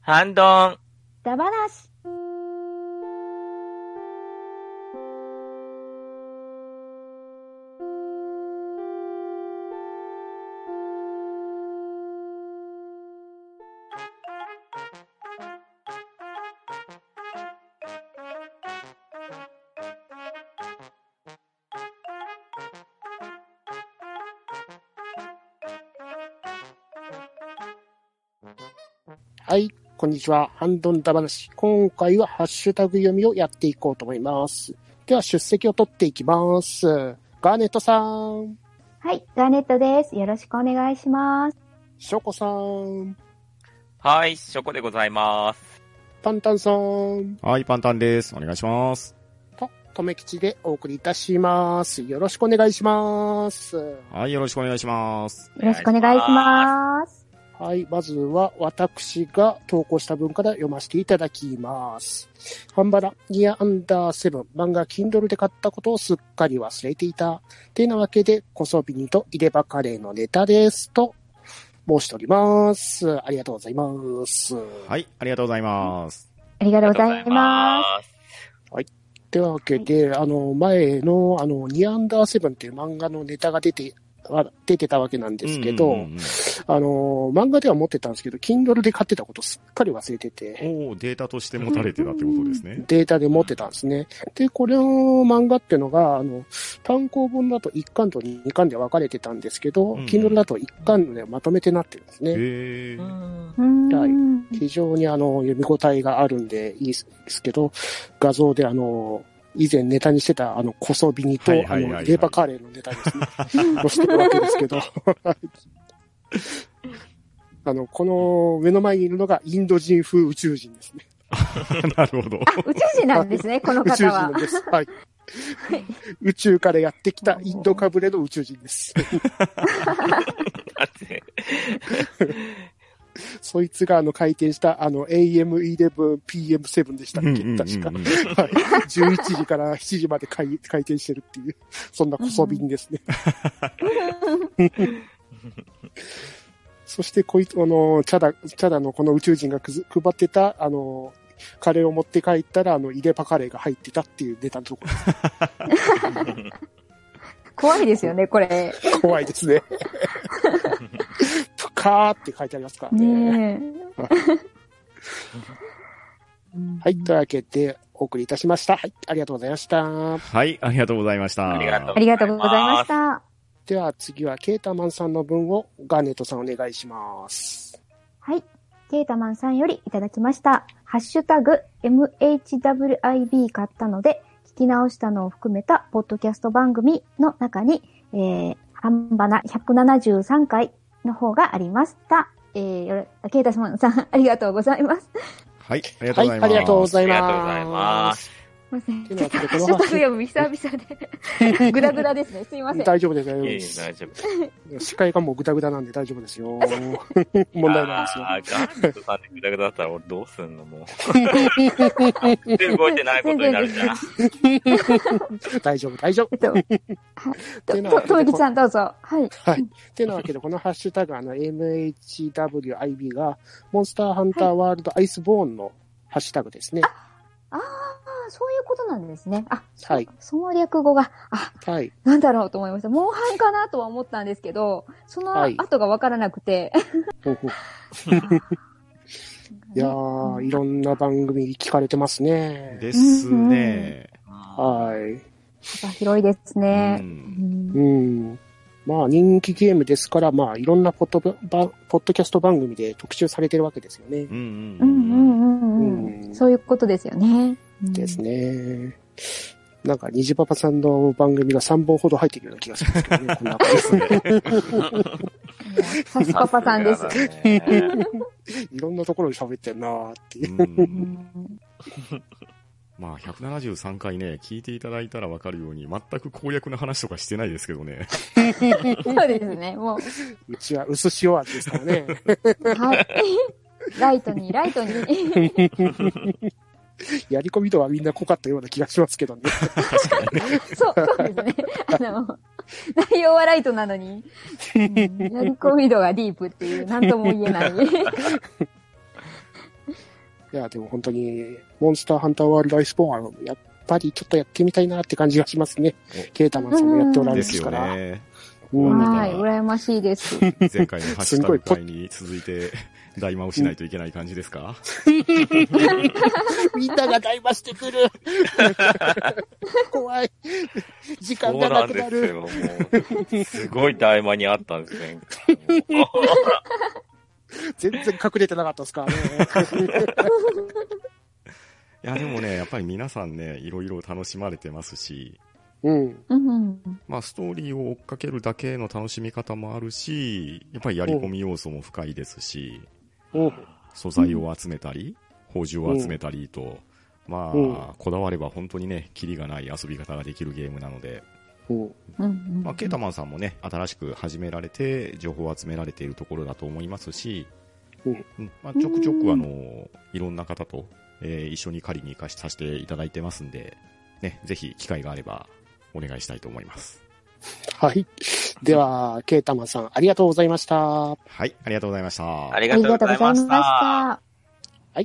ハンドン。 ダバナシ。 はい、こんにちは。ハンドンダ話。今回はハッシュタグ読みをやっていこうと思います。では出席を取っていきます。ガーネットさん。 はい、ガーネットです。よろしくお願いします。 ショコさん。 はい、ショコでございます。 パンタンさん。 はい、パンタンです。お願いします。 と、とめきちでお送りいたします。よろしくお願いします。 はい、よろしくお願いします。 よろしくお願いします。 はい、まずは私が投稿した文から読ませていただきます。ハンバラ、ニアアンダーセブン、漫画 Kindle で買ったことをすっかり忘れていた。てなわけで、コソビニと入れ歯カレーのネタです。と申しております。ありがとうございます。 はい、ありがとうございます。 ありがとうございます。 はい。というわけで、前の、ニアアンダーセブンっていう漫画のネタが出てたわけなんですけど、漫画では持ってたんですけど、Kindle で買ってたことすっかり忘れてて。 データとして持たれてたってことですね。 データで持ってたんですね。で、これの漫画っていうのが、単行本だと1巻と2巻で分かれてたんですけど、Kindle だと1巻でまとめてなってるんですね。はい。非常に読み応えがあるんでいいですけど、画像で以前ネタにしてたコソビニとレーバーカレーのネタですね。載せてるわけですけど。この目の前にいるのがインド人風宇宙人ですね。 なるほど。 宇宙人なんですね、この方は。 宇宙人なんです。はい。宇宙からやってきたインドかぶれの宇宙人です。そいつが回転したAM11 PM7 でしたっけ、確か。はい。11時から7時まで回転してるっていう、そんなコソビンですね。そしてこいつ、チャダのこの宇宙人が配ってた、カレーを持って帰ったら、イレパカレーが入ってたっていうネタのところ。 怖いですよね、これ。 怖いですね。プカーって書いてありますからね。はい、というわけで、お送りいたしました。はい、ありがとうございました。 はい、ありがとうございました。 ありがとうございました。 では次はケータマンさんの分をガーネットさんお願いします。 はい。ケータマンさんよりいただきました。ハッシュタグ MHWIB 買ったので、聞き直したのを含めたポッドキャスト番組の中に、ハンバナ173回の方がありました。ケータマンさん、ありがとうございます。 はい、ありがとうございます。 はい、ありがとうございます。 ありがとうございます。 すいません。ハッシュタグ読む久々で。グダグダですね。すいません。 大丈夫です。大丈夫。視界がもうグダグダなんで大丈夫ですよ。問題ないですよ。 ガーネットさんでグダグダだったら俺どうすんのもう。動いてないことになるじゃん。 大丈夫、大丈夫。 とめきちゃんどうぞ。はい。 はい。てなわけで、このハッシュタグMHWIB が、モンスターハンターワールドアイスボーンのハッシュタグですね。 そういうことなんですね。 はい。 その略語が、 はい。 なんだろうと思いました。モンハンかなとは思ったんですけど、その後がわからなくて。 いやー、いろんな番組聞かれてますね。 ですね。 はい。 幅広いですね。 まあ人気ゲームですから、まあいろんなポッドキャスト番組で特集されてるわけですよね。 そういうことですよね。 ですね。なんか、虹パパさんの番組が3本ほど入ってるような気がするんですけどね。こんなですね。さすパパさんです。 いろんなところで喋ってんなーっていう。 まあ、173回ね、聞いていただいたらわかるように、全く攻略の話とかしてないですけどね。 そうですね、もう。 うちは薄塩味ですからね。 はい。ライトに。 やり込み度はみんな濃かったような気がしますけどね。 確かにね。 そうですね。内容はライトなのに、やり込み度がディープっていう、なんとも言えない。 いや、でも本当に、モンスターハンターワールドアイスボーンは、やっぱりちょっとやってみたいなって感じがしますね。ケータマンさんもやっておられるんですから。 ですよね。 はい、羨ましいです。 前回のハッシュタグ会に続いて、大魔をしないといけない感じですか？ みんなが大魔してくる。怖い。時間がなくなる。 そうなんですよ。もうすごい大魔にあったんですね。 全然隠れてなかったですからね。 いや、でもね、やっぱり皆さんね、いろいろ楽しまれてますし、 うん。 まあ、ストーリーを追っかけるだけの楽しみ方もあるし、やっぱりやり込み要素も深いですし、素材を集めたり、宝珠を集めたりと、まあ、こだわれば本当にね、キリがない遊び方ができるゲームなので、まあ、ケータマンさんもね、新しく始められて、情報を集められているところだと思いますし、まあ、ちょくちょくいろんな方と、一緒に狩りに行かさせていただいてますんで、ね、ぜひ機会があればお願いしたいと思います。 はい。では、ケータマンさん、ありがとうございました。 はい、ありがとうございました。 ありがとうございました。 はい。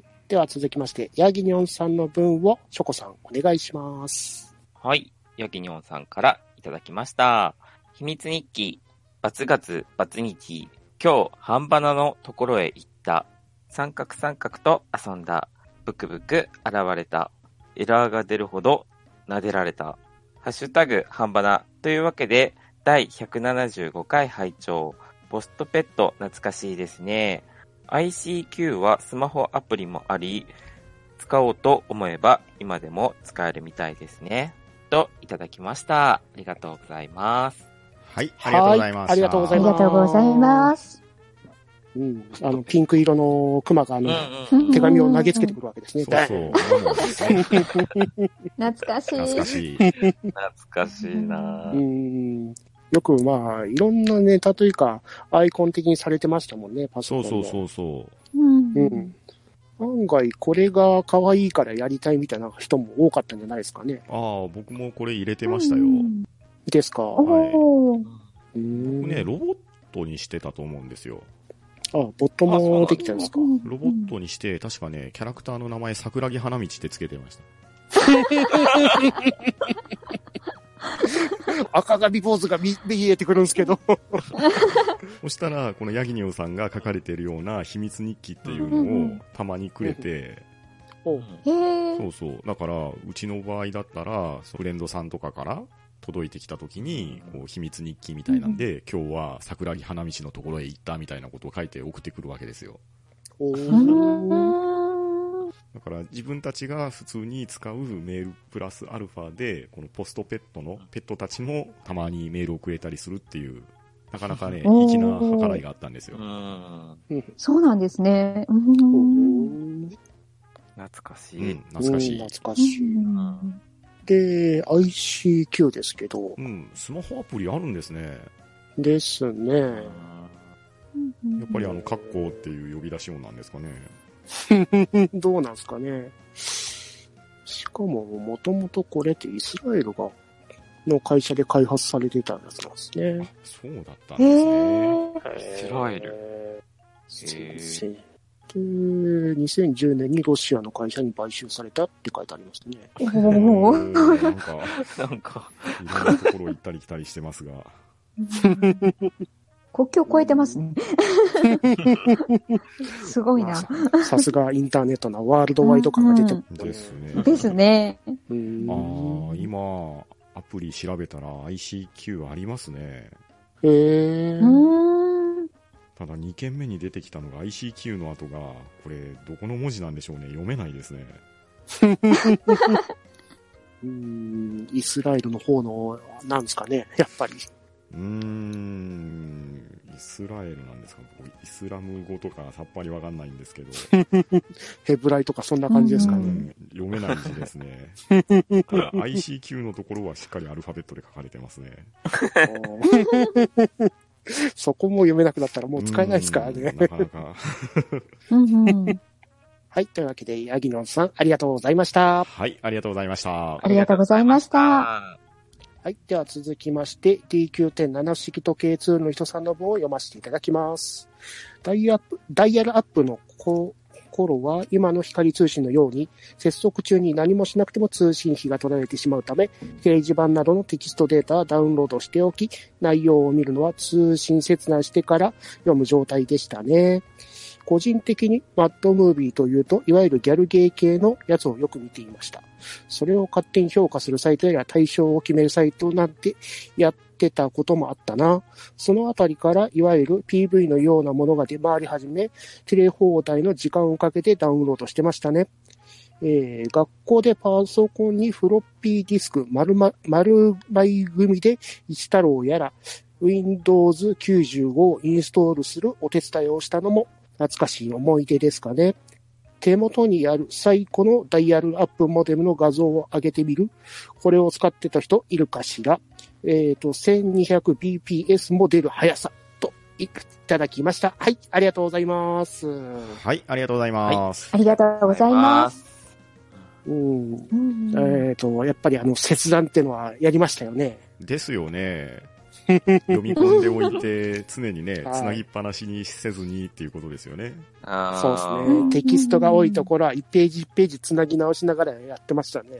では続きまして、ヤギニョンさんの分をショコさんお願いします。 はい。ヤギニョンさんからいただきました。秘密日記、バツ月、バツ日、今日、半ばなのところへ行った。三角三角と遊んだ。ブクブク現れた。エラーが出るほど撫でられた。ハッシュタグ半ばなというわけで、第175回拝聴。ポストペット懐かしいですね。ICQ はスマホアプリもあり、使おうと思えば今でも使えるみたいですね。といただきました。ありがとうございます。 はい、ありがとうございます。 ありがとうございます。 ありがとうございます。 ピンク色のクマが手紙を投げつけてくるわけですね。 そう。 懐かしい。 懐かしいな。 よくまあ、いろんなネタというか、アイコン的にされてましたもんね、パソコンの。 そう。 案外、これが可愛いからやりたいみたいな人も多かったんじゃないですかね。 ああ、僕もこれ入れてましたよ。 ですか。 はい。僕ね、ロボットにしてたと思うんですよ。 あ、ボットもできたんですか。 ロボットにして、確かね、キャラクターの名前、桜木花道ってつけてました。 赤髪坊主が見えてくるんですけど。 そしたら、このヤギニョウさんが書かれているような秘密日記っていうのをたまにくれて、そう。だから、うちの場合だったら、フレンドさんとかから届いてきた時に、こう秘密日記みたいなんで、今日は桜木花道のところへ行ったみたいなことを書いて送ってくるわけですよ。だから自分たちが普通に使うメールプラスアルファで、このポストペットのペットたちもたまにメールをくれたりするっていう、なかなかね、粋な計らいがあったんですよ。 そうなんですね。 懐かしい。 懐かしい。で、ICQ ですけど。 スマホアプリあるんですね。 ですね。 やっぱりカッコっていう呼び出し音なんですかね。 どうなんですかね。しかも、もともとこれってイスラエルの会社で開発されてたやつなんですね。 そうだったんですね。 イスラエル。 2010年にロシアの会社に買収されたって書いてありますね。 なんか、いろんなところ行ったり来たりしてますが。 国境を越えてますね。すごいな。 さすがインターネットなワールドワイド感が出てる。 ですね。 今、アプリ調べたら ICQ ありますね。ただ2件目に出てきたのが ICQ の後が、これどこの文字なんでしょうね。読めないですね。 イスラエルの方の、なんですかね、やっぱり。 イスラエルなんですか。僕イスラム語とかさっぱりわかんないんですけど。 ヘブライとかそんな感じですかね。 読めない字ですね。ICQ のところはしっかりアルファベットで書かれてますね。 そこも読めなくなったらもう使えないですからね。 なかなか。 はい。というわけで、ヤギノンさん、ありがとうございました。 はい。ありがとうございました。 ありがとうございました。 はい。では続きまして、DQ.7 式時計ツールの人さんの文を読ませていただきます。ダイヤルアップの頃は今の光通信のように接続中に何もしなくても通信費が取られてしまうため、掲示板などのテキストデータはダウンロードしておき、内容を見るのは通信切断してから読む状態でしたね。個人的にマッドムービーというと、いわゆるギャルゲー系のやつをよく見ていました。それを勝手に評価するサイトや対象を決めるサイトなんてやってたこともあったな。そのあたりからいわゆる PV のようなものが出回り始め、テレ放題の時間をかけてダウンロードしてましたね。学校でパソコンにフロッピーディスク丸枚組で一太郎やら Windows 95をインストールするお手伝いをしたのも懐かしい思い出ですかね。手元にある最古のダイヤルアップモデムの画像を上げてみる。これを使ってた人いるかしら。1200bps モデル速さといただきました。はい、ありがとうございます。 はい、ありがとうございます。 はい、ありがとうございます。 やっぱり切断ってのはやりましたよね。 ですよね。読み込んでおいて、常にね、つなぎっぱなしにせずにっていうことですよね。 そうですね。テキストが多いところは1ページ1ページつなぎ直しながらやってましたね。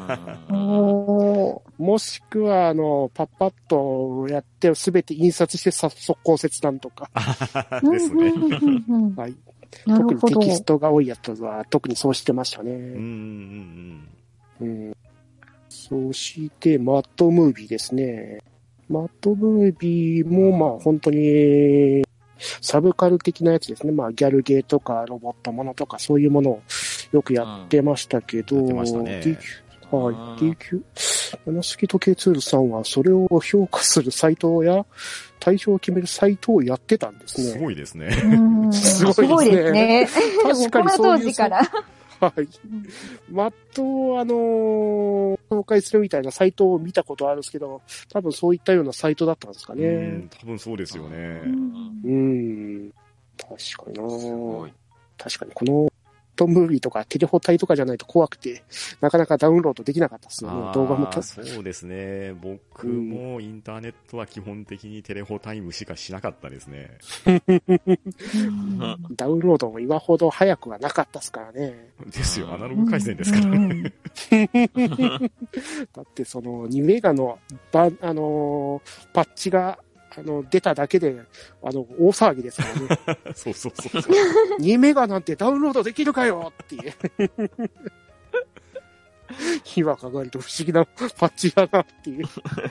もしくは、パッパッとやってすべて印刷して速攻切断とか。 ですね。 はい。特にテキストが多いやつは特にそうしてましたね。そして、マッドムービーですね。マッドムービーも、まあ本当に、サブカル的なやつですね。まあギャルゲーとかロボットものとかそういうものをよくやってましたけど、 やってましたね。 はい。DQ、七スキ時計ツールさんはそれを評価するサイトや対象を決めるサイトをやってたんですね。 すごいですね。 すごいですね。確かにそういう。この当時から。 はい。マットを紹介するみたいなサイトを見たことあるんですけど、多分そういったようなサイトだったんですかね。 多分そうですよね。 確かにな。確かにこのムービーとかテレホタイとかじゃないと怖くて、なかなかダウンロードできなかったですよね。動画もそうですね。僕もインターネットは基本的にテレホタイムしかしなかったですね。 ダウンロードも今ほど早くはなかったですからね。 ですよ。アナログ回線ですからね。 だってその2メガのパッチが出ただけで、大騒ぎですからね。 そう。 2メガなんてダウンロードできるかよっていう。今考えると不思議なパッチだなっていう。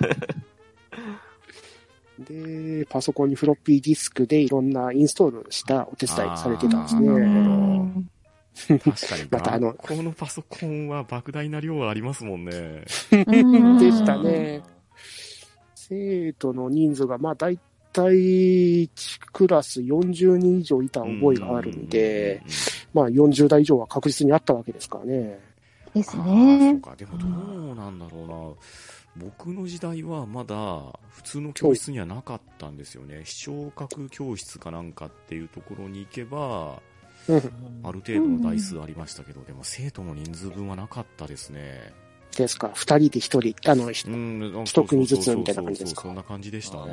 で、パソコンにフロッピーディスクでいろんなインストールしたお手伝いされてたんですね。 確かに。またこのパソコンは莫大な量はありますもんね。 でしたね。生徒の人数が、まあ大体1クラス40人以上いた覚えがあるんで、まあ40代以上は確実にあったわけですからね。 ですね。 そうか、でもどうなんだろうな。僕の時代はまだ普通の教室にはなかったんですよね。視聴覚教室かなんかっていうところに行けば、ある程度の台数ありましたけど、でも生徒の人数分はなかったですね。 ですか、2人で1人、1組ずつみたいな感じですか。 そんな感じでしたね。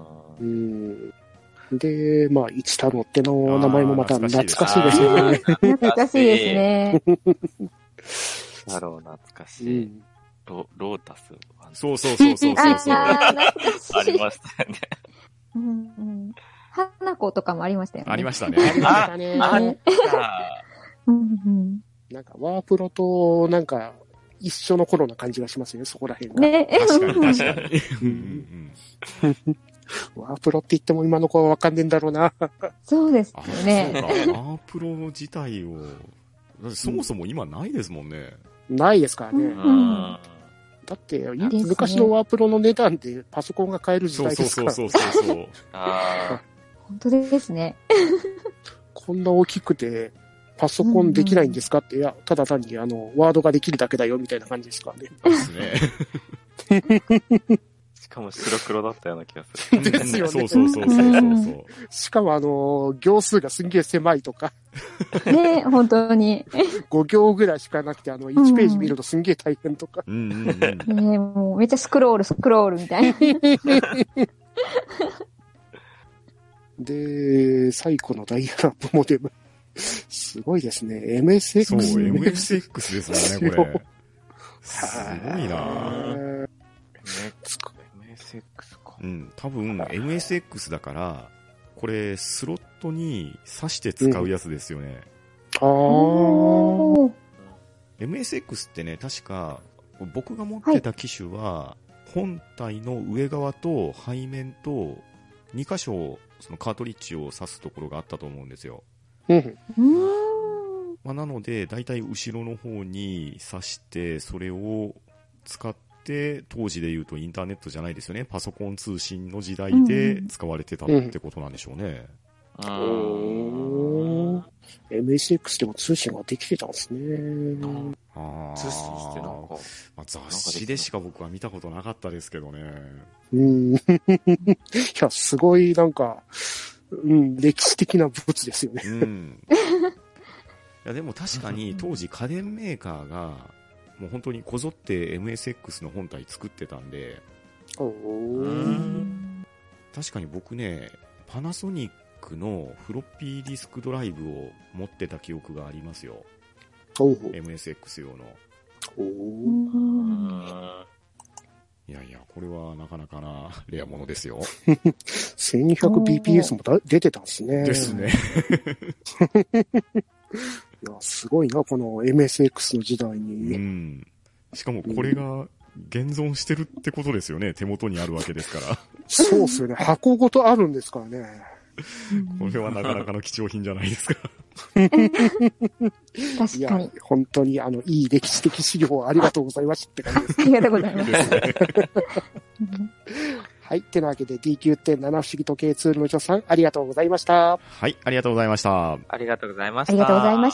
で、まあ、一太郎っての名前もまた懐かしいですよね。 懐かしいですね。 太郎懐かしい。ロータス。 そう。 ありましたよね。花子とかもありましたよね。 ありましたね。 なんか、ワープロと、なんか、一緒の頃な感じがしますね、そこら辺が。 ね。 確かに。 ワープロって言っても今の子はわかんねえんだろうな。 そうですよね。 ワープロ自体を、そもそも今ないですもんね。 ないですからね。だって、昔のワープロの値段でパソコンが買える時代ですから。 そう。 本当ですね。 こんな大きくて、パソコンできないんですかって、いや、ただ単にワードができるだけだよみたいな感じですからね。 ですね。しかも白黒だったような気がする。 ですよね。 そう。 しかも行数がすんげえ狭いとか。 ね、本当に。 5行ぐらいしかなくて、1ページ見るとすんげえ大変とか。 ね、もうめっちゃスクロールみたいな。 で、最古のダイヤルアップモデム。 すごいですね。MSX。 そう、MSX ですもんね、これ。すごいなぁ。 MSX か。 うん、多分 MSX だから、これスロットに挿して使うやつですよね。MSX ってね、確か僕が持ってた機種は、本体の上側と背面と2箇所そのカートリッジを挿すところがあったと思うんですよ。まあ、なのでだいたい後ろの方に挿してそれを使って当時で言うとインターネットじゃないですよね、パソコン通信の時代で使われてたってことなんでしょうね。 MSX でも通信ができてたんですね。 通信してなんか、 まあ、雑誌でしか僕は見たことなかったですけどね。 いや、すごいなんか、歴史的な物ですよね。 いやでも確かに当時家電メーカーがもう本当にこぞって MSX の本体作ってたんで、確かに僕ね、パナソニックのフロッピーディスクドライブを持ってた記憶がありますよ。MSX 用の。いやいや、これはなかなかなレアものですよ。 1200bps も出てたんですね。 ですね。 いや、すごいな、この MSX の時代に。 しかもこれが現存してるってことですよね。手元にあるわけですから。 そうっすよね。箱ごとあるんですからね。 これはなかなかの貴重品じゃないですか。 確かに。 いや、本当にいい歴史的資料をありがとうございますって感じです。 ありがとうございます。 はい。てなわけで DQ.7 不思議時計ツールの女さん、ありがとうございました。 はい。ありがとうございました。 ありがとうございました。 ありがとうございました。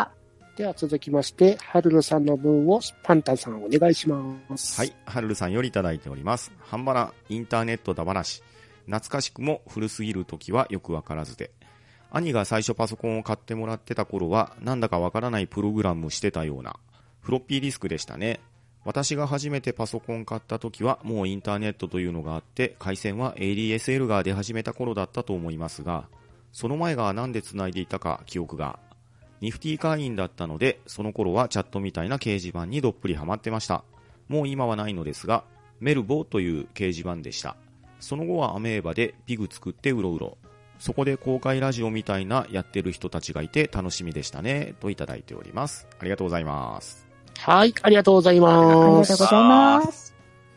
では続きまして、はるるさんの分をパンタンさんお願いします。 はい。はるるさんよりいただいております。半ばなインターネットだ話。懐かしくも古すぎる時はよくわからずで。兄が最初パソコンを買ってもらってた頃は、なんだかわからないプログラムしてたような、フロッピーディスクでしたね。私が初めてパソコン買った時は、もうインターネットというのがあって、回線は ADSL が出始めた頃だったと思いますが、その前がなんで繋いでいたか記憶が。ニフティ会員だったので、その頃はチャットみたいな掲示板にどっぷりハマってました。もう今はないのですが、メルボという掲示板でした。その後はアメーバでピグ作ってうろうろ。そこで公開ラジオみたいなやってる人たちがいて楽しみでしたね、といただいております。ありがとうございます。 はい、ありがとうございます。 ありがとうございます。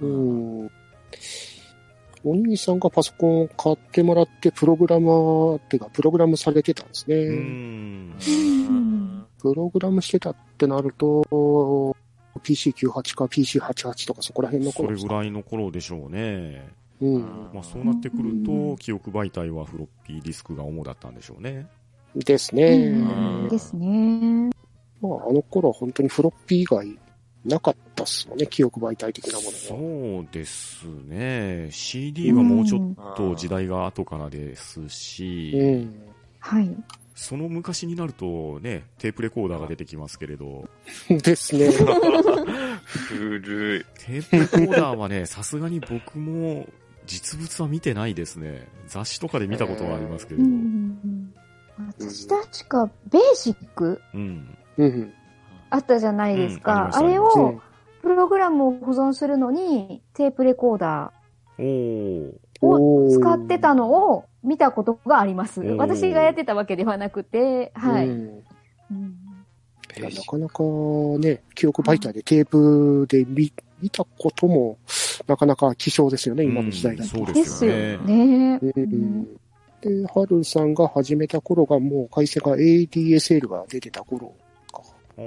お兄さんがパソコンを買ってもらってプログラムされてたんですね。プログラムしてたってなると、PC98 か PC88 とかそこら辺の頃ですか。 それぐらいの頃でしょうね。まあそうなってくると、記憶媒体はフロッピーディスクが主だったんでしょうね。 ですね。 ですね。 まああの頃は本当にフロッピー以外なかったっすよね、記憶媒体的なものは。 そうですね。CD はもうちょっと時代が後からですし、 はい。 その昔になるとね、テープレコーダーが出てきますけれど。 ですね。 古い。 テープレコーダーはね、さすがに僕も実物は見てないですね。雑誌とかで見たことはありますけれど。 私確かベーシックあったじゃないですか。あれを、プログラムを保存するのに、テープレコーダーを使ってたのを見たことがあります。私がやってたわけではなくて、はい。 いやなかなかね、記憶媒体でテープで見たことも、なかなか希少ですよね、今の時代だと。 そうですよね。 で、ハルさんが始めた頃がもう回線が ADSL が出てた頃か。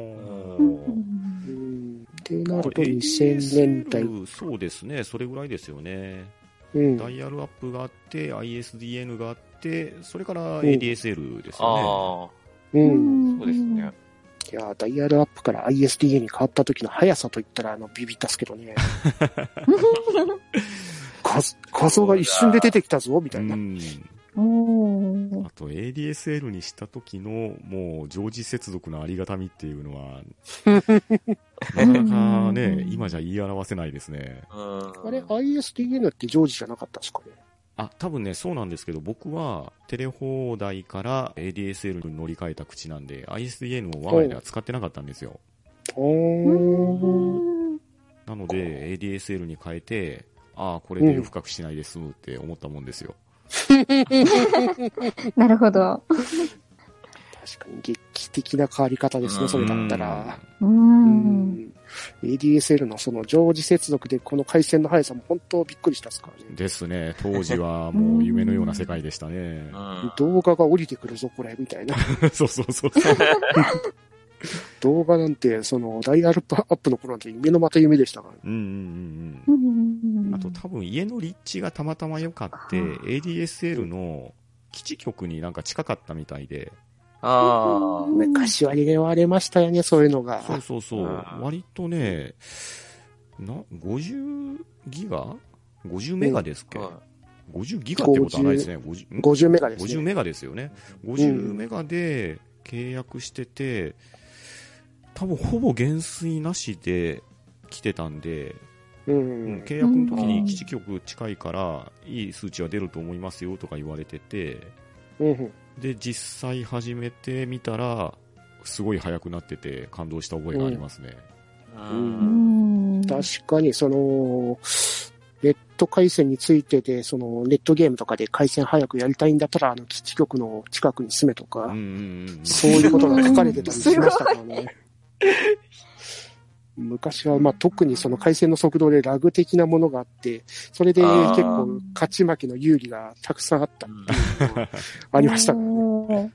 で、なると2000年代。 そうですね、それぐらいですよね。ダイヤルアップがあって、ISDN があって、それから ADSL ですよね。そうですね。 いやダイヤルアップから ISDN に変わった時の速さといったらビビったっすけどね。画像が一瞬で出てきたぞ、みたいな。 あと ADSL にした時のもう常時接続のありがたみっていうのはなかなかね、今じゃ言い表せないですね。 あれ ISDN って常時じゃなかったですかね。 多分ね、そうなんですけど、僕はテレ放題から ADSL に乗り換えた口なんで、ISDN を我が家では使ってなかったんですよ。なので、ADSL に変えて、これで深くしないで済むって思ったもんですよ。 なるほど。 確かに劇的な変わり方ですね、それだったら。ADSL のその常時接続でこの回線の速さも本当びっくりしたですからね。 ですね。当時はもう夢のような世界でしたね。 動画が降りてくるぞ、これ、みたいな。 そうそうそう。 動画なんて、その、ダイヤルアップの頃なんて夢のまた夢でしたから。あと多分家の立地がたまたま良かって、ADSL の基地局になんか近かったみたいで。昔は言われましたよね、そういうのが。そうそうそう。割とね、50ギガ ?50 メガですっけ、50ギガってことはないですね。50メガですね。 50メガですよね。50メガで契約してて、多分ほぼ減衰なしで来てたんで、契約の時に基地局近いからいい数値は出ると思いますよとか言われてて、で実際始めてみたらすごい速くなってて感動した覚えがありますね。 確かにそのネット回線についてで、そのネットゲームとかで回線早くやりたいんだったら基地局の近くに住めとか、そういうことが書かれてたりしましたからね。昔は特にその回線の速度でラグ的なものがあって、それで結構勝ち負けの有利がたくさんあったっていうのがありましたからね。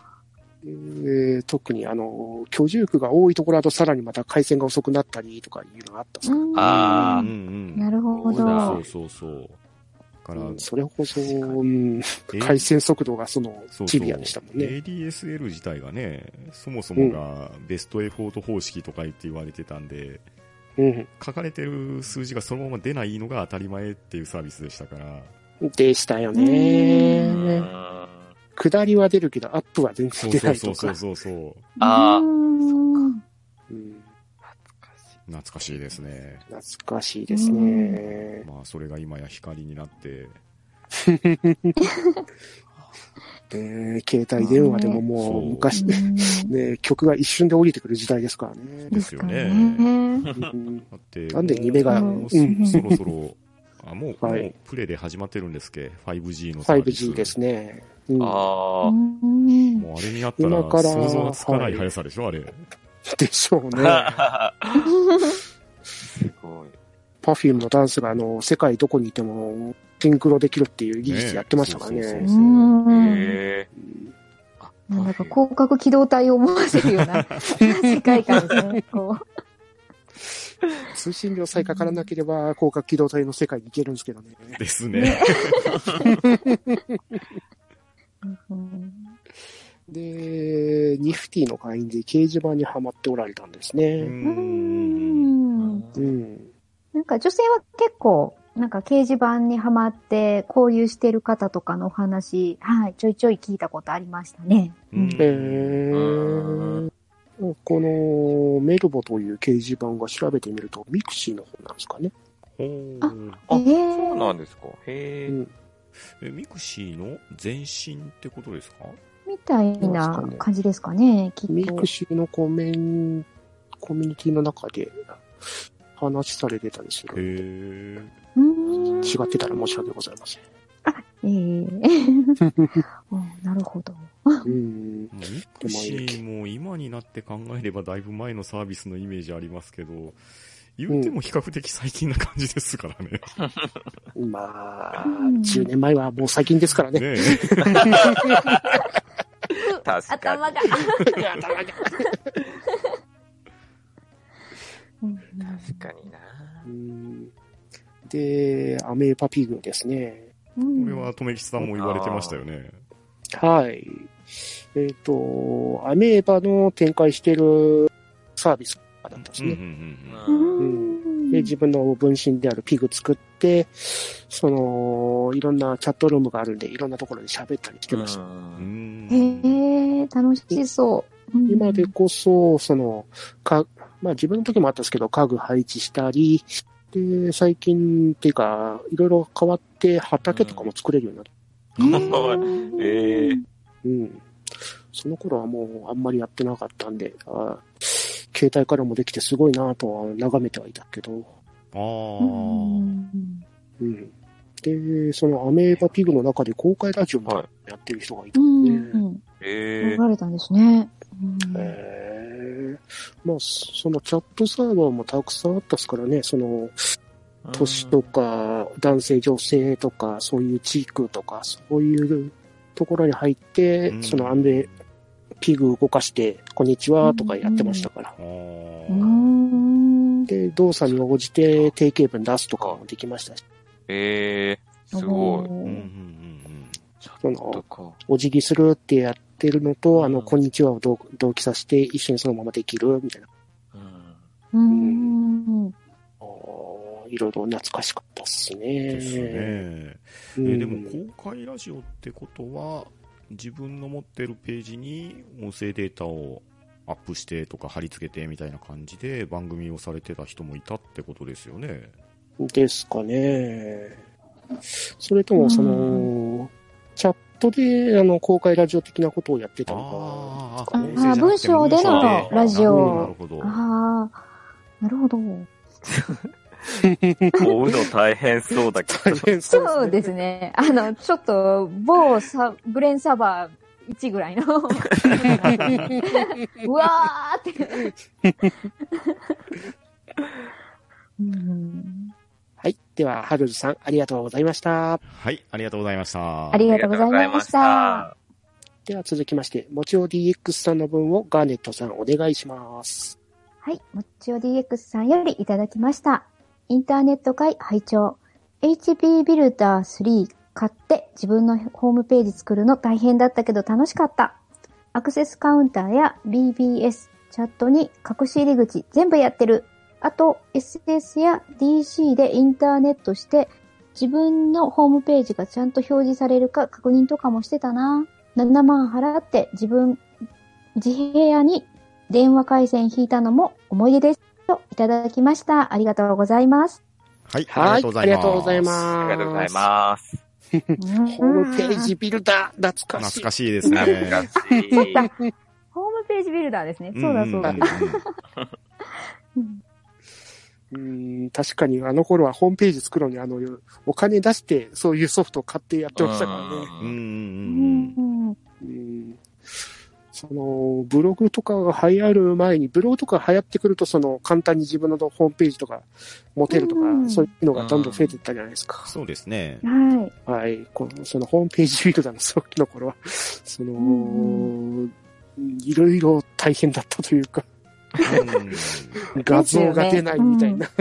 特に居住区が多いところだとさらにまた回線が遅くなったりとかいうのがあったんですか。なるほど。 そうそうそう。 それこそ、回線速度がシビアでしたもんね。 ADSL 自体がね、そもそもがベストエフォート方式とか言って言われてたんで、書かれてる数字がそのまま出ないのが当たり前っていうサービスでしたから。 でしたよね。下りは出るけど、アップは全然出ないとか。 そう。そう懐かしいですね。 懐かしいですね。 それが今や光になって。 携帯電話でももう昔ね、曲が一瞬で降りてくる時代ですからね。 ですよね。 だってなんで2メガ、 そろそろ、もうプレイで始まってるんですっけ ?5G のサービス。 5G ですね。 もうあれになったら想像がつかない速さでしょ、あれ。 でしょうね。 すごい。 Perfume のダンスが世界どこにいてもシンクロできるっていう技術やってましたからね。 なんだか広角機動隊を思わせるような世界観ですね。 通信量さえかからなければ広角機動隊の世界に行けるんですけどね。 ですね。 で、ニフティの会員で掲示板にはまっておられたんですね。 なんか女性は結構、なんか掲示板にはまって交流してる方とかのお話、ちょいちょい聞いたことありましたね。 このメルボという掲示板が調べてみると、ミクシーの方なんですかね。 そうなんですか。 ミクシーの前身ってことですかみたいな感じですかね、きっと。 ミクシーのコミュニティの中で話されてたりするんで。違ってたら申し訳ございません。 なるほど。 ミクシーも今になって考えればだいぶ前のサービスのイメージありますけど、言っても比較的最近な感じですからね。 10年前はもう最近ですからね。 確かに。 頭が。 確かにな。 で、アメーパピグですね。 これは、とめきちさんも言われてましたよね。 はい。アメーバの展開しているサービスだったんですね。で、自分の分身であるピグ作って、いろんなチャットルームがあるんで、いろんなところで喋ったりしてました。 楽しそう。 今でこそ、自分の時もあったんですけど、家具配置したり、 で、最近っていうか、いろいろ変わって畑とかも作れるようになった。うん。その頃はもうあんまりやってなかったんで、携帯からもできてすごいなとは眺めてはいたけど。うん。で、そのアメーバピグの中で公開ラジオもやってる人がいたんで、 流れたんですね。 まあ、そのチャットサーバーもたくさんあったっすからね、その、年とか、男性女性とか、そういう地区とか、そういうところに入って、そのアメピグ動かして、こんにちはとかやってましたから。で、動作に応じて定型文出すとかもできましたし。 すごい。 その、お辞儀するってやってるのと、こんにちはを同期させて一緒にそのままできるみたいな。いろいろ懐かしかったっすね。 ですね。でも公開ラジオってことは、自分の持ってるページに音声データをアップしてとか貼り付けてみたいな感じで番組をされてた人もいたってことですよね。 ですかね。それとも、その、チャットで公開ラジオ的なことをやってたのか、ね。 文章でのラジオ。 なるほど。 なるほど。 追うの大変そうだけど。 そうですね。ちょっと、某ブレーンサーバー1ぐらいの。うわーって。 はい。では、ハルルさん、ありがとうございました。 はい、ありがとうございました。 ありがとうございました。 では続きまして、もちお DX さんの分をガーネットさんお願いします。 はい。もちお DX さんよりいただきました。インターネット会拝聴 HP ビルダー3買って自分のホームページ作るの大変だったけど楽しかった。アクセスカウンターや BBS、チャットに隠し入り口全部やってる。あと SS や DC でインターネットして自分のホームページがちゃんと表示されるか確認とかもしてたな。7万払って自部屋に電話回線引いたのも思い出です。といただきました。ありがとうございます。 はい、ありがとうございます。 ありがとうございます。 ホームページビルダー、懐かしい。 懐かしいですね。 そうだ。ホームページビルダーですね。そうだそうだ。 確かにあの頃はホームページ作るのにお金出してそういうソフトを買ってやってましたからね。その、ブログとかが流行る前に、ブログとか流行ってくると、その、簡単に自分のホームページとか持てるとか、そういうのがどんどん増えていったじゃないですか。 そうですね。 はい。 そのホームページビルダーの初期の頃は、その、いろいろ大変だったというか、画像が出ないみたいな。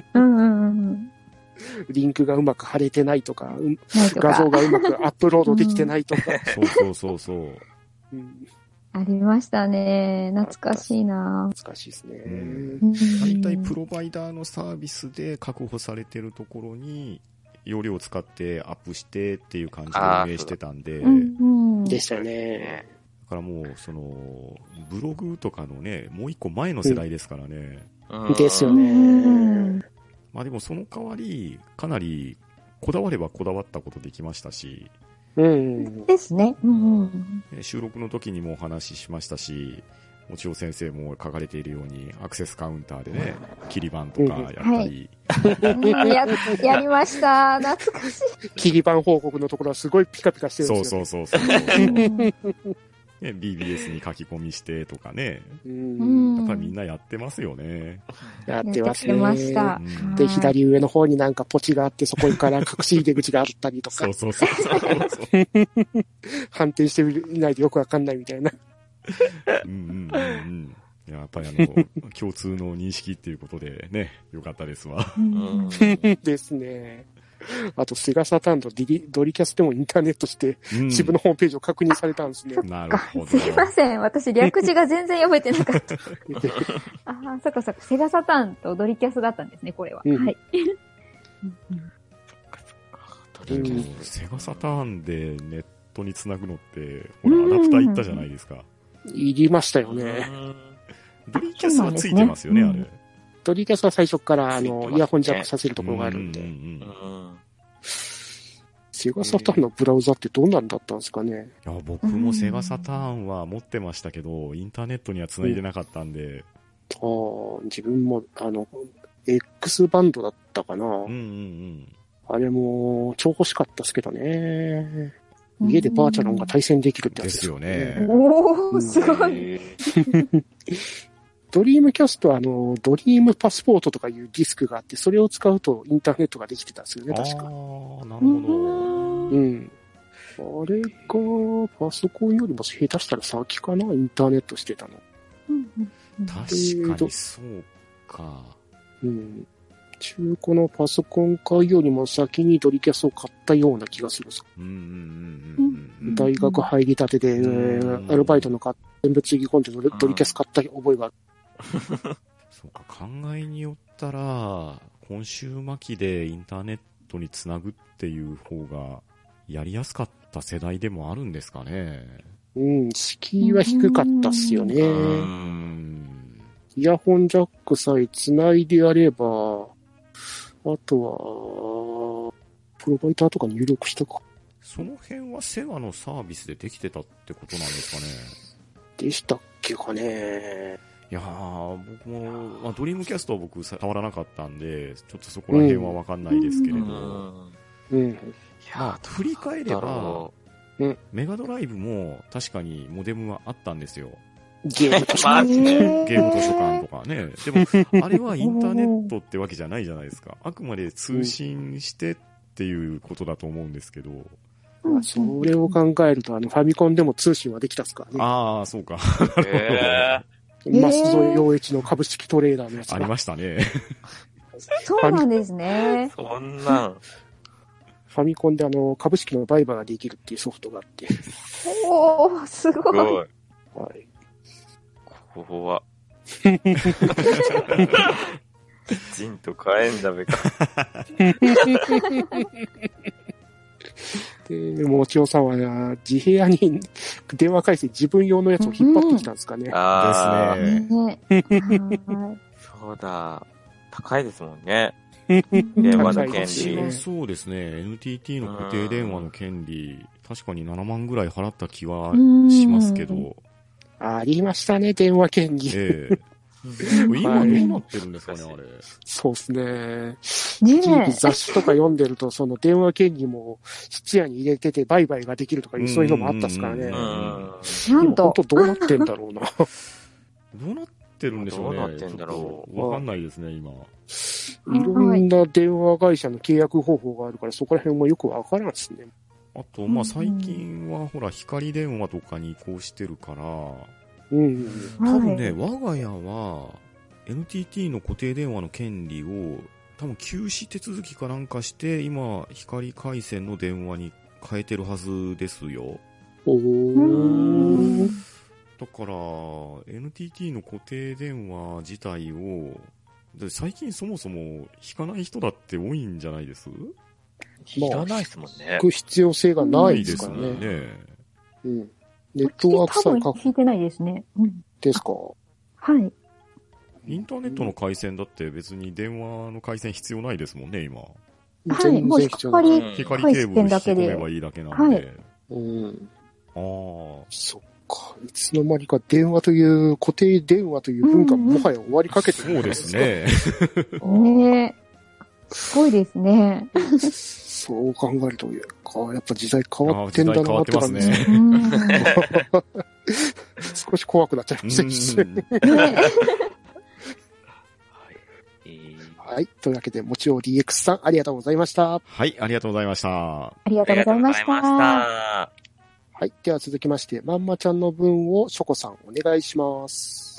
リンクがうまく貼れてないとか、画像がうまくアップロードできてないとか。 そう。 ありましたね。懐かしいな。 懐かしいですね。 大体プロバイダーのサービスで確保されてるところに容量を使ってアップしてっていう感じで運営してたんで。 でしたよね。 だからもうそのブログとかのね、もう一個前の世代ですからね。 ですよね。 まあでもその代わりかなりこだわればこだわったことできましたし。 ですね。 収録の時にもお話ししましたし、もちろん先生も書かれているようにアクセスカウンターでね、切り板とかやったり、 やりました。懐かしい。 切り板報告のところはすごいピカピカしてるんですよ。 そう。BBS に書き込みしてとかね。やっぱりみんなやってますよね。 やってますね。 やってました。 で、左上の方になんかポチがあって、そこから隠し入り口があったりとか。 そう。 反転してみないとよくわかんないみたいな。 やっぱり共通の認識っていうことでね、よかったですわ。 ですね。あと、セガサターンとドリキャスでもインターネットして、自分のホームページを確認されたんですね。 なるほど。 すいません。私、略字が全然読めてなかった。そっか。セガサターンとドリキャスだったんですね、これは。はい。 セガサターンでネットにつなぐのって、ほら、アダプターいったじゃないですか。 いりましたよね。 ドリキャスはついてますよね、あれ。 ドリキャスは最初からイヤホンジャックさせるところがあるんで。セガサターンのブラウザってどんなんだったんですかね。 いや、僕もセガサターンは持ってましたけど、インターネットには繋いでなかったんで。 自分も、X バンドだったかな。あれも、超欲しかったですけどね。家でバーチャルが対戦できるってやつですよね。 おー、すごい。 ドリームキャストはドリームパスポートとかいうディスクがあって、それを使うとインターネットができてたんですよね、確か。 なるほど。 あれが、パソコンよりも下手したら先かな、インターネットしてたの。 確かにそうか。 中古のパソコン買うよりも先にドリキャスを買ったような気がするさ。大学入りたてで、アルバイトの全部つぎ込んでドリキャス買った覚えがある。 そうか、考えによったら、今週末期でインターネットにつなぐっていう方がやりやすかった世代でもあるんですかね。 敷居は低かったっすよね。イヤホンジャックさえつないでやれば、あとは、プロバイダーとか入力したか。 その辺はセガのサービスでできてたってことなんですかね。 でしたっけかね。 いやー、僕も、ドリームキャストは僕触らなかったんで、ちょっとそこら辺はわかんないですけれど。振り返れば、メガドライブも確かにモデムはあったんですよ。 ゲーム図書館とかね。でも、あれはインターネットってわけじゃないじゃないですか。あくまで通信してっていうことだと思うんですけど。 それを考えると、ファミコンでも通信はできたっすからね。 ああ、そうか。 舛添洋一の株式トレーダーのやつありましたね。 そうなんですね。 そんなん。 ファミコンで株式の売買ができるっていうソフトがあって。 おー、すごい。 はい。 ここは。きちんと買えんだべか。 で、もちおさんは、自部屋に電話回線自分用のやつを引っ張ってきたんですかね。 ですね。 そうだ。高いですもんね。電話の権利。 そうですね。NTT の固定電話の権利、確かに7万ぐらい払った気はしますけど。 ありましたね、電話権利。 今どうなってるんですかね、あれ。 そうですね。雑誌とか読んでると、その電話権利も質屋に入れてて売買ができるとかいう、そういうのもあったっすからね。 なんと。 本当どうなってんだろうな。 どうなってるんでしょうね。 どうなってんだろう。 わかんないですね、今。 いろんな電話会社の契約方法があるから、そこら辺もよくわからんですね。 あと、最近はほら、光電話とかに移行してるから、多分ね、我が家は NTT の固定電話の権利を多分休止手続きかなんかして今光回線の電話に変えてるはずですよ。だから NTT の固定電話自体を最近そもそも引かない人だって多いんじゃないです？ 引かないですもんね。 引く必要性がないですからね。ネットワークさえ多分引いてないですね。 ですか。 はい。 インターネットの回線だって別に電話の回線必要ないですもんね、今。 はい、もう光ケーブル引き込めばいいだけなんで。 そっか。いつの間にか電話という固定電話という文化ももはや終わりかけてる。 そうですね。 ねえ。すごいですね。 そう考えると、やっぱ時代変わってんだなって感じですね。少し怖くなっちゃいましたね。はい。というわけで、もちお DX さん、ありがとうございました。 はい、ありがとうございました。 ありがとうございました。 はい。では続きまして、まんまちゃんの分をショコさん、お願いします。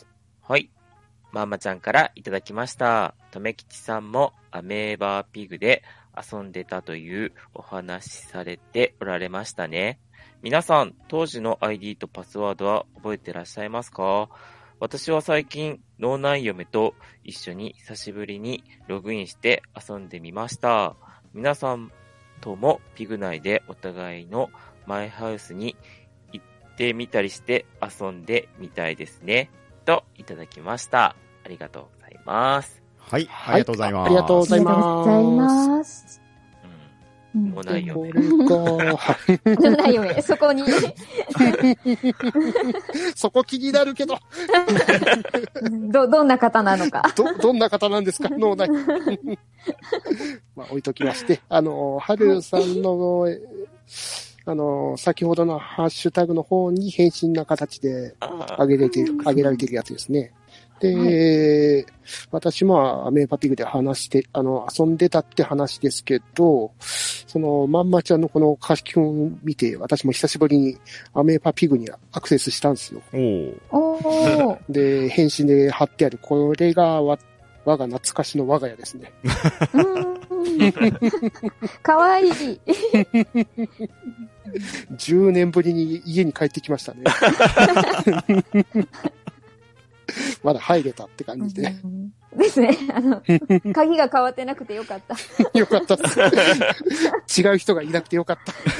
はい。まんまちゃんからいただきました。とめきちさんもアメーバーピグで遊んでたというお話されておられましたね。皆さん、当時の ID とパスワードは覚えてらっしゃいますか？私は最近、脳内嫁と一緒に久しぶりにログインして遊んでみました。皆さんともピグ内でお互いのマイハウスに行ってみたりして遊んでみたいですね。といただきました。ありがとうございます。 はい、ありがとうございます。 ありがとうございます。 ありがとうございます。 もうないよね。 ないよね。そこに。 そこ気になるけど。 どんな方なのか。 どんな方なんですか、脳内。まあ、置いときまして。はるさんの、先ほどのハッシュタグの方に返信な形で上げられてるやつですね。で、私もアメーパピグで話して、遊んでたって話ですけど、まんまちゃんのこの書き込みを見て、私も久しぶりにアメーパピグにアクセスしたんですよ。で、返信で貼ってある、これが我が懐かしの我が家ですね。 かわいい。 10年ぶりに家に帰ってきましたね。まだ入れたって感じで。 ですね。鍵が変わってなくてよかった。 よかったです。違う人がいなくてよかった。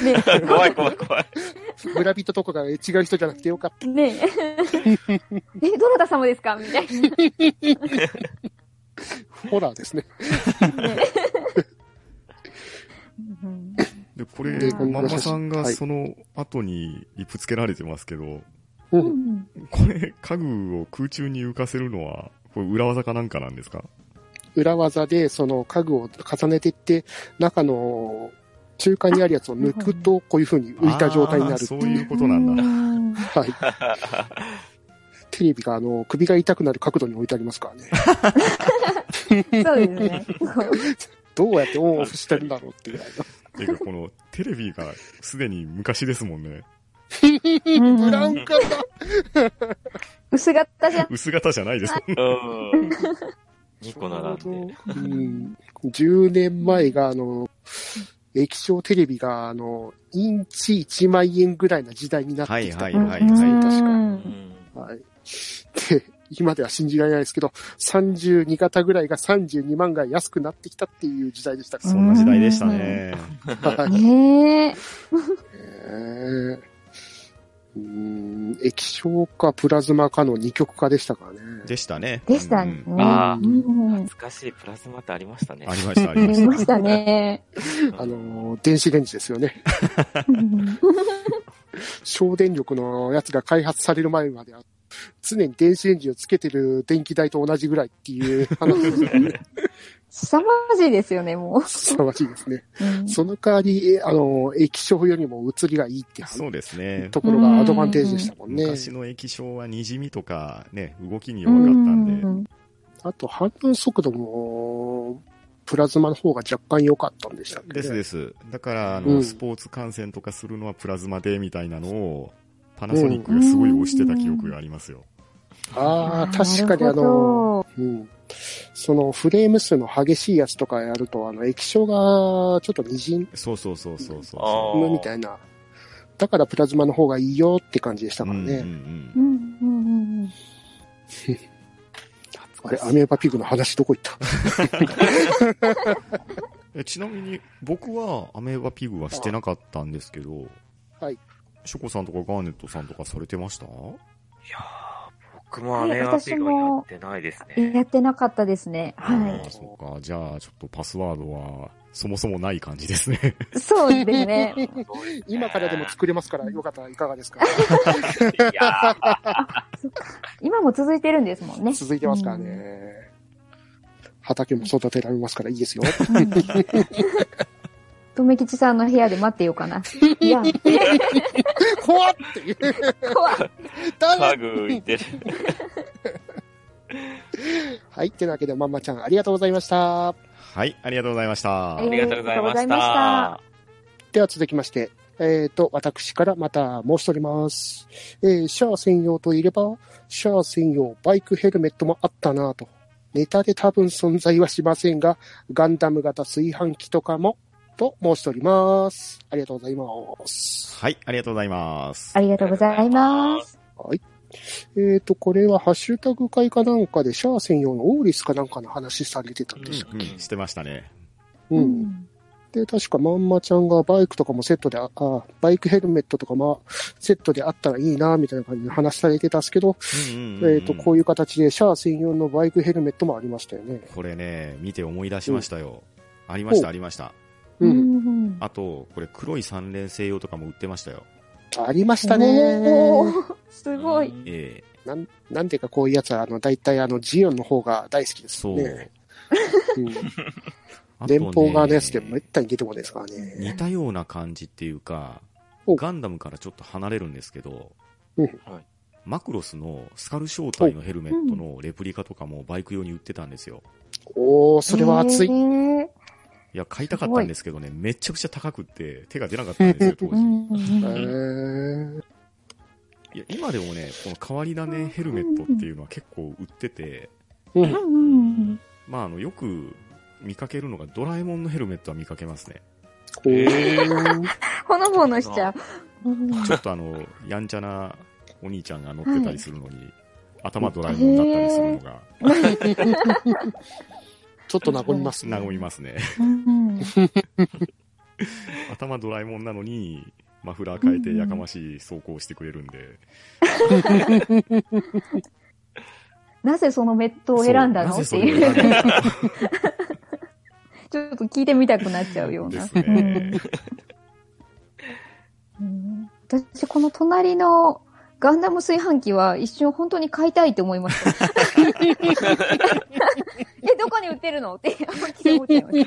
ね、怖い。 村人とかが違う人じゃなくてよかった。 ねえ。どなた様ですかみたいな。 ホラーですね。 で、これ、ママさんがその後にリプつけられてますけど、これ、家具を空中に浮かせるのは、これ裏技かなんかなんですか？ 裏技で、その家具を重ねていって、中の中間にあるやつを抜くと、こういう風に浮いた状態になる。 そういうことなんだ。 はい。テレビが首が痛くなる角度に置いてありますからね。そうですね。 どうやってオンオフしてるんだろうっていうぐらいの。 てかこのテレビがすでに昔ですもんね。 ブラウン管だ。 薄型じゃないですもんね。 2個並んで。 10年前が液晶テレビがインチ1万円ぐらいな時代になってきた。はい。確か。はい。で、今では信じられないですけど、32型ぐらいが32万が安くなってきたっていう時代でしたから。 そんな時代でしたね。 液晶かプラズマかの二極化でしたからね。 でしたね。 ああ、懐かしいプラズマってありましたね。 ありました。 ありましたね。 電子レンジですよね。省電力のやつが開発される前までは、常に電子レンジをつけてる電気代と同じぐらいっていう話ですよね。 凄まじいですよね、もう。 凄まじいですね。その代わり、液晶よりも映りがいいってそうですね。 ところがアドバンテージでしたもんね。 昔の液晶は滲みとかね、動きに弱かったんで。 あと、反応速度も、プラズマの方が若干良かったんでしたっけね。 です。だから、スポーツ観戦とかするのはプラズマでみたいなのを、パナソニックがすごい推してた記憶がありますよ。 ああ、確かにそのフレーム数の激しいやつとかやると、液晶がちょっと滲ん。 そう。 みたいな。だからプラズマの方がいいよって感じでしたからね。あれ、アメーバピグの話どこ行ったちなみに、僕はアメーバピグはしてなかったんですけど、 はい。 ショコさんとかガーネットさんとかされてました？いや僕もアメーバピグはやってないですね。 やってなかったですね。はい。 そうか。じゃあ、ちょっとパスワードは、そもそもない感じですね。 そうですね。 今からでも作れますから、よかったらいかがですか？ 今も続いてるんですもんね。 続いてますからね。畑も育てられますからいいですよ。 とめきちさんの部屋で待ってようかな。いや。 怖っていう。 怖っ。 家具いてる。 はい。というわけで、まんまちゃんありがとうございました。 はい。ありがとうございました。 ありがとうございました。 では続きまして、私からまた申しております。シャア専用といれば、シャア専用バイクヘルメットもあったなぁと。ネタで多分存在はしませんが、ガンダム型炊飯器とかも、と申しております。ありがとうございます。 はい、ありがとうございます。 ありがとうございます。 はい。これはハッシュタグ会かなんかでシャア専用のオーリスかなんかの話されてたんでしたっけ？ してましたね。 で、確かまんまちゃんがバイクとかもセットで、バイクヘルメットとかセットであったらいいな、みたいな感じで話されてたんですけど、こういう形でシャア専用のバイクヘルメットもありましたよね。 これね、見て思い出しましたよ。ありました、ありました。あと、これ黒い三連星用とかも売ってましたよ。 ありましたね。 すごい。 なんていうかこういうやつは、大体ジオンの方が大好きですね。そう。連邦側のやつでめったに出てこないですからね。 似たような感じっていうか、ガンダムからちょっと離れるんですけど、マクロスのスカル正体のヘルメットのレプリカとかもバイク用に売ってたんですよ。 おー、それは熱い。 いや、買いたかったんですけどね、めちゃくちゃ高くって手が出なかったんですよ、当時。いや、今でもね、この変わり種ヘルメットっていうのは結構売ってて、まあ、よく見かけるのがドラえもんのヘルメットは見かけますね。 ほのぼのしちゃう。 ちょっとやんちゃなお兄ちゃんが乗ってたりするのに、頭ドラえもんだったりするのが。 ちょっと和みますね。和みますね。頭ドラえもんなのに、マフラー変えてやかましい走行してくれるんで。 なぜそのメットを選んだのっていう。ちょっと聞いてみたくなっちゃうような。ですね。私、この隣のガンダム炊飯器は一瞬本当に買いたいって思いました。どこに売ってるのって思っちゃいました。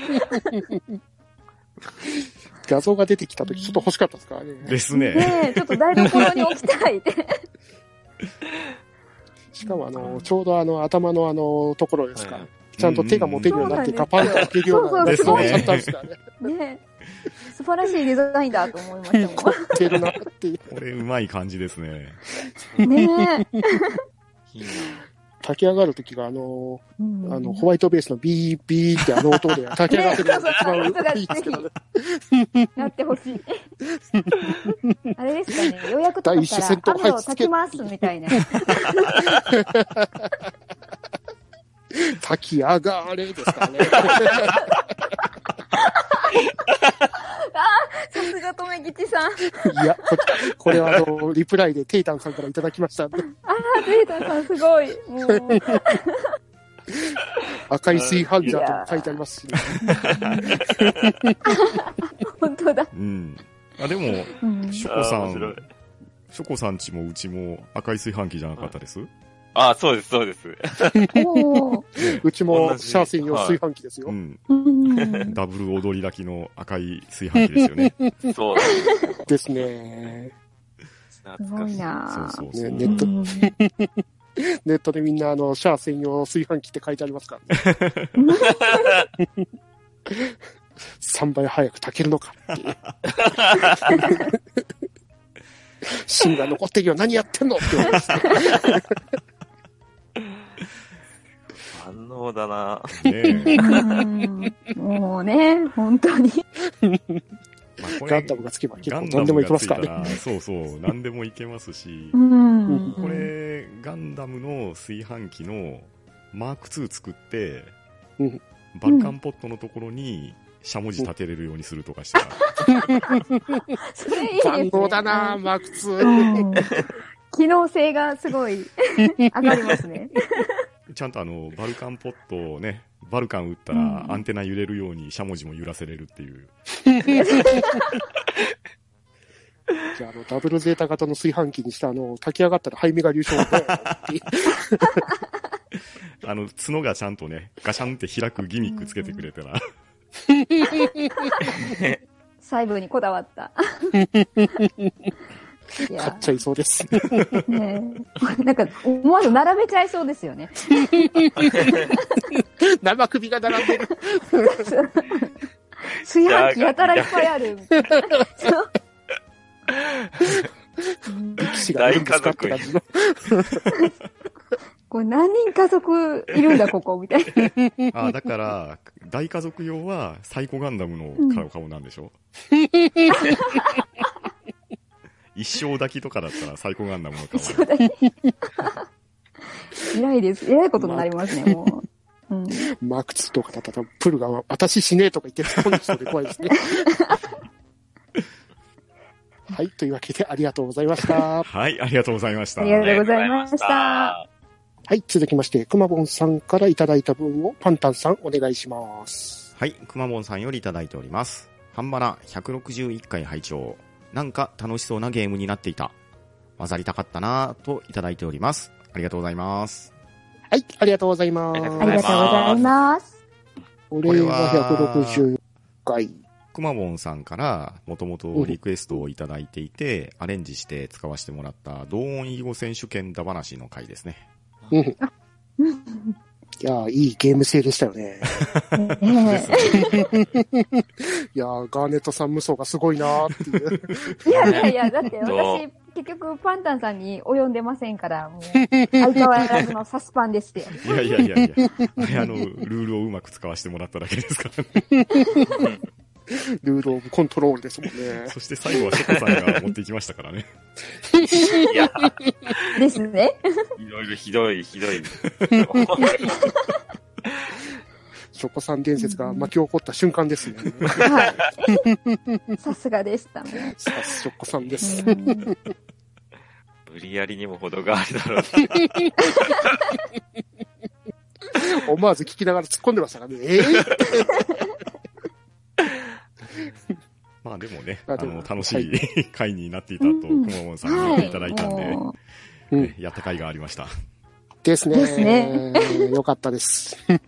画像が出てきたときちょっと欲しかったですからね。 ですね。 ねえ、ちょっと台所に置きたいって。 しかもちょうど頭のところですから、ちゃんと手が持てるようになってカパンと開けるようなやつを買ったんですからね。 ねえ、素晴らしいデザインだと思いましたもん。 凝ってるなっていう。 これうまい感じですね。 ねえ。 炊き上がるときがホワイトベースのビービーって音で炊き上がってるのが一番いいですけどね。 やってほしい。あれですかね、予約とかしたら雨を炊きますみたいな。 炊き上がれですからね。 さすがとめきちさん。 いや、これはリプライでテイタンさんからいただきましたんで。 テイタンさんすごい。もう赤い炊飯ジャーとも書いてありますし、 本当だ。 でも、ショコさんちもうちも赤い炊飯器じゃなかったです？ そうです、そうです。 うちもシャー専用炊飯器ですよ。 ダブル踊り炊きの赤い炊飯器ですよね。 そうですね。 すごいなそう。ネットでみんなシャー専用炊飯器って書いてありますからね。3倍早く炊けるのかっていう。芯が残ってるよ、何やってんのって思います。 反応だな。 もうね、本当に。 ガンダムがつけば結構何でもいけますからね。 そうそう、何でもいけますし。これ、ガンダムの炊飯器のマーク2作って、バルカンポットのところにしゃもじ立てれるようにするとかしたら。 それいいですね。 万能だな、マーク2。 機能性がすごい上がりますね。 ちゃんとバルカンポットをね、バルカン打ったらアンテナ揺れるようにしゃもじも揺らせれるっていう。 じゃあダブルゼータ型の炊飯器にして炊き上がったらハイメガ粒子を角がちゃんとね、ガシャンって開くギミックつけてくれたら。 細部にこだわった。 買っちゃいそうです。 ね、なんか、思わず並べちゃいそうですよね。 生首が並んでる。 炊飯器やたらいっぱいある。 力士がいるんですかって感じの。 これ何人家族いるんだ、ここ、みたいな。だから、大家族用はサイコガンダムの顔なんでしょ、一生抱きとかだったらサイコガンダムの顔。 一生抱き。偉いです。偉いことになりますね、もう。 うん、 マーク2とかだったらプルが私死ねえとか言ってると思うんですので怖いですね。はい。というわけでありがとうございました。 はい。ありがとうございました。 ありがとうございました。 はい。続きまして、くまぼんさんからいただいた分をパンタンさんお願いします。 はい。くまぼんさんよりいただいております。半ばな161回拝聴。なんか楽しそうなゲームになっていた。混ざりたかったなぁといただいております。ありがとうございます。 はい。ありがとうございます。 ありがとうございます。 これは160回。 くまぼんさんからもともとリクエストをいただいていて、アレンジして使わせてもらった同音囲碁選手権だ話の回ですね。 いやー、いいゲーム性でしたよね。いやー、ガーネットさん無双がすごいなーっていう。 いや、だって私、結局パンタンさんに及んでませんから、もう、相変わらずのサスパンでしてよ。 いや。あれルールをうまく使わせてもらっただけですからね。 ルールオブコントロールですもんね。 そして最後はショコさんが持っていきましたからね。 いや。 ですね。 いろいろひどい。 ショコさん伝説が巻き起こった瞬間ですね。 はい。さすがでしたね。 さすショコさんです。 無理やりにも程があるだろう。 思わず聞きながら突っ込んでましたからね。 まあでもね、楽しい回になっていたと、くまモンさんに言っていただいたんで、やった回がありました。 ですね。よかったです。 はい。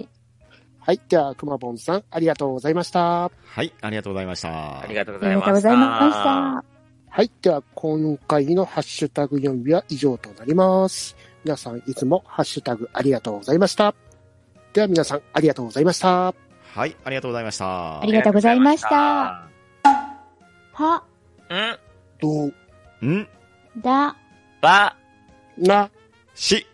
はい。では、くまぼんさん、ありがとうございました。 はい。ありがとうございました。 ありがとうございました。はい。では、今回のハッシュタグ読みは以上となります。皆さん、いつもハッシュタグありがとうございました。では、皆さん、ありがとうございました。 はい。ありがとうございました。 ありがとうございました。は、 ど、 ん、 だ、 ば、 な、 し、